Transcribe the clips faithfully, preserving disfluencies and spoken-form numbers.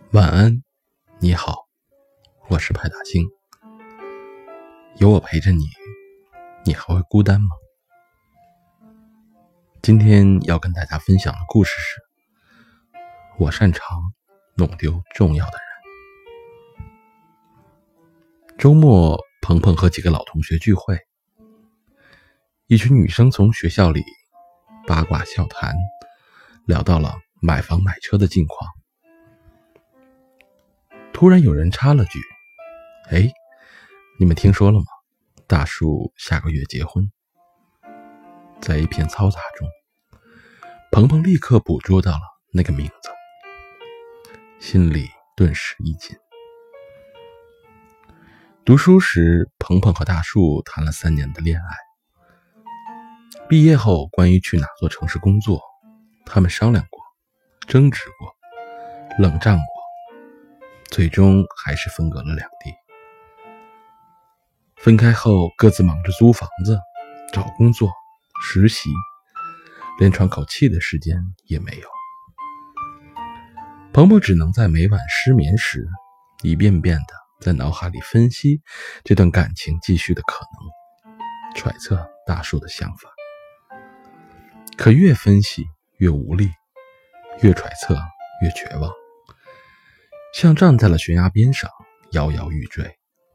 晚安，你好，我是派大星。有我陪着你，你还会孤单吗？今天要跟大家分享的故事是，我擅长弄丢重要的人。周末，鹏鹏和几个老同学聚会，一群女生从学校里八卦笑谈，聊到了买房买车的近况。突然有人插了句：哎，你们听说了吗？大树下个月结婚。在一片嘈杂中，鹏鹏立刻捕捉到了那个名字，心里顿时一紧。读书时，鹏鹏和大树谈了三年的恋爱。毕业后，关于去哪座城市工作，他们商量过，争执过，冷战过，最终还是分隔了两地。分开后，各自忙着租房子、找工作、实习，连喘口气的时间也没有。鹏鹏只能在每晚失眠时，一遍遍地在脑海里分析这段感情继续的可能，揣测大树的想法。可越分析越无力，越揣测越绝望，像站在了悬崖边上，摇摇欲坠。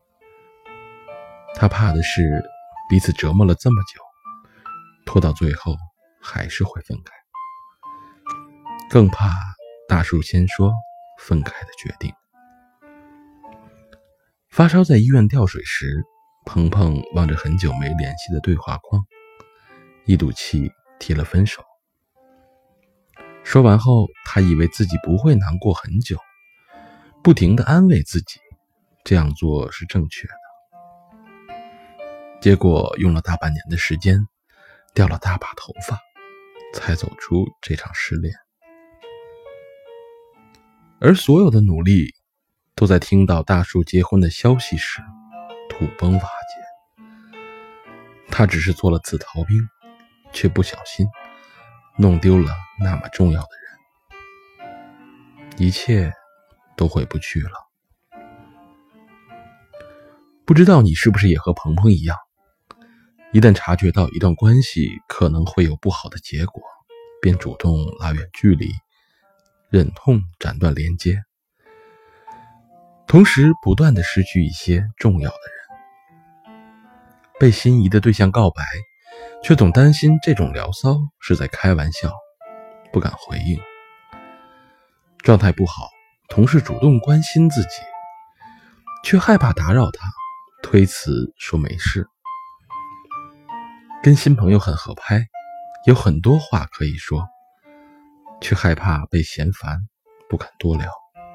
他怕的是彼此折磨了这么久，拖到最后还是会分开，更怕大树先说分开的决定。发烧在医院吊水时，鹏鹏望着很久没联系的对话框，一赌气提了分手。说完后，他以为自己不会难过很久，不停地安慰自己，这样做是正确的。结果用了大半年的时间，掉了大把头发，才走出这场失恋。而所有的努力，都在听到大树结婚的消息时土崩瓦解。他只是做了次逃兵，却不小心弄丢了那么重要的人，一切都回不去了。不知道你是不是也和鹏鹏一样，一旦察觉到一段关系可能会有不好的结果，便主动拉远距离，忍痛斩断连接，同时不断地失去一些重要的人。被心仪的对象告白，却总担心这种聊骚是在开玩笑，不敢回应。状态不好，同事主动关心自己，却害怕打扰他，推辞说没事。跟新朋友很合拍，有很多话可以说，却害怕被嫌烦，不敢多聊。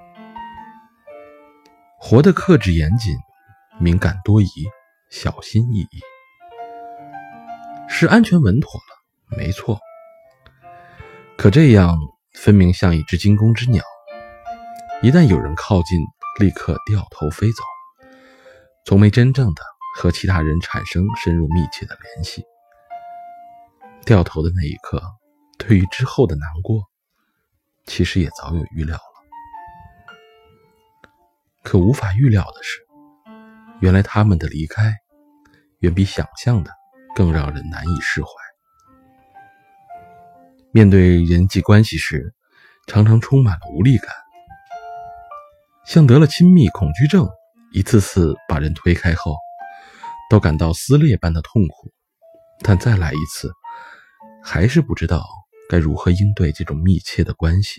活得克制严谨，敏感多疑，小心翼翼，是安全稳妥了，没错。可这样分明像一只惊弓之鸟，一旦有人靠近，立刻掉头飞走，从没真正的和其他人产生深入密切的联系。掉头的那一刻，对于之后的难过，其实也早有预料了。可无法预料的是，原来他们的离开，远比想象的更让人难以释怀。面对人际关系时，常常充满了无力感，像得了亲密恐惧症，一次次把人推开后，都感到撕裂般的痛苦，但再来一次，还是不知道该如何应对这种密切的关系，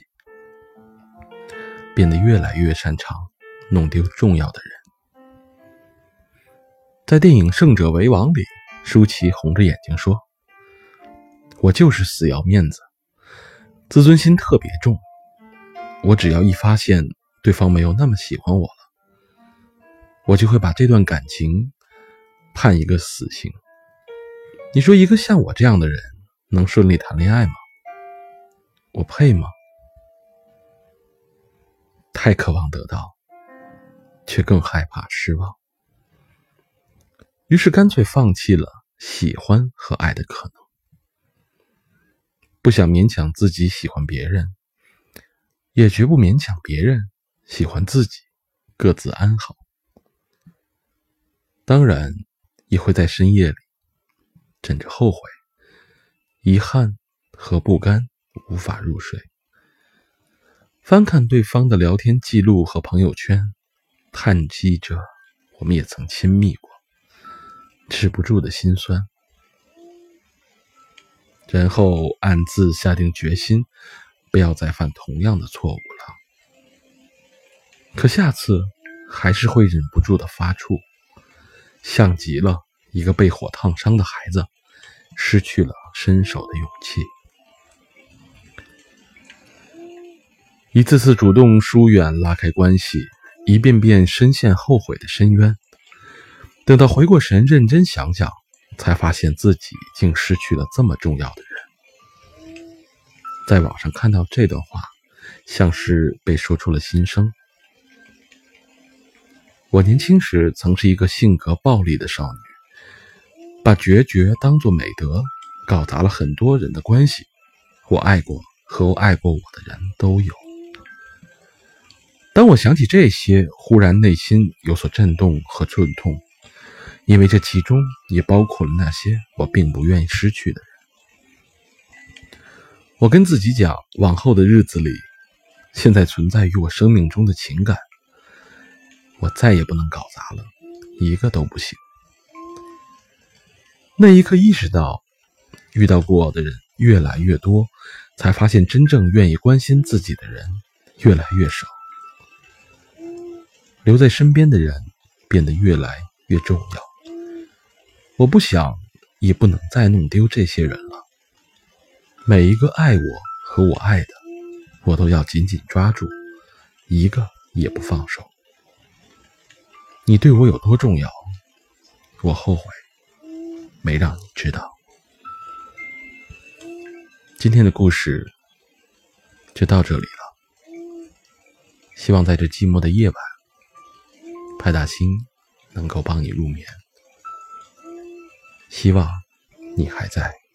变得越来越擅长弄丢重要的人。在电影《胜者为王》里，舒淇红着眼睛说：我就是死要面子，自尊心特别重，我只要一发现对方没有那么喜欢我了，我就会把这段感情判一个死刑。你说一个像我这样的人能顺利谈恋爱吗？我配吗？太渴望得到，却更害怕失望，于是干脆放弃了喜欢和爱的可能。不想勉强自己喜欢别人，也绝不勉强别人喜欢自己，各自安好。当然，也会在深夜里枕着后悔、遗憾和不甘无法入睡，翻看对方的聊天记录和朋友圈，叹息着我们也曾亲密过，止不住的心酸。然后暗自下定决心，不要再犯同样的错误了。可下次还是会忍不住的发怵，像极了一个被火烫伤的孩子，失去了伸手的勇气。一次次主动疏远，拉开关系，一遍遍深陷后悔的深渊。等到回过神认真想想，才发现自己竟失去了这么重要的人。在网上看到这段话，像是被说出了心声。我年轻时曾是一个性格暴戾的少女，把决绝当作美德，搞砸了很多人的关系。我爱过和爱过我的人都有。当我想起这些，忽然内心有所震动和阵痛，因为这其中也包括了那些我并不愿意失去的人。我跟自己讲，往后的日子里，现在存在于我生命中的情感，我再也不能搞砸了，一个都不行。那一刻意识到，遇到过的人越来越多，才发现真正愿意关心自己的人越来越少，留在身边的人变得越来越重要。我不想也不能再弄丢这些人了。每一个爱我和我爱的，我都要紧紧抓住，一个也不放手。你对我有多重要，我后悔没让你知道。今天的故事就到这里了，希望在这寂寞的夜晚，派大星能够帮你入眠。希望你还在。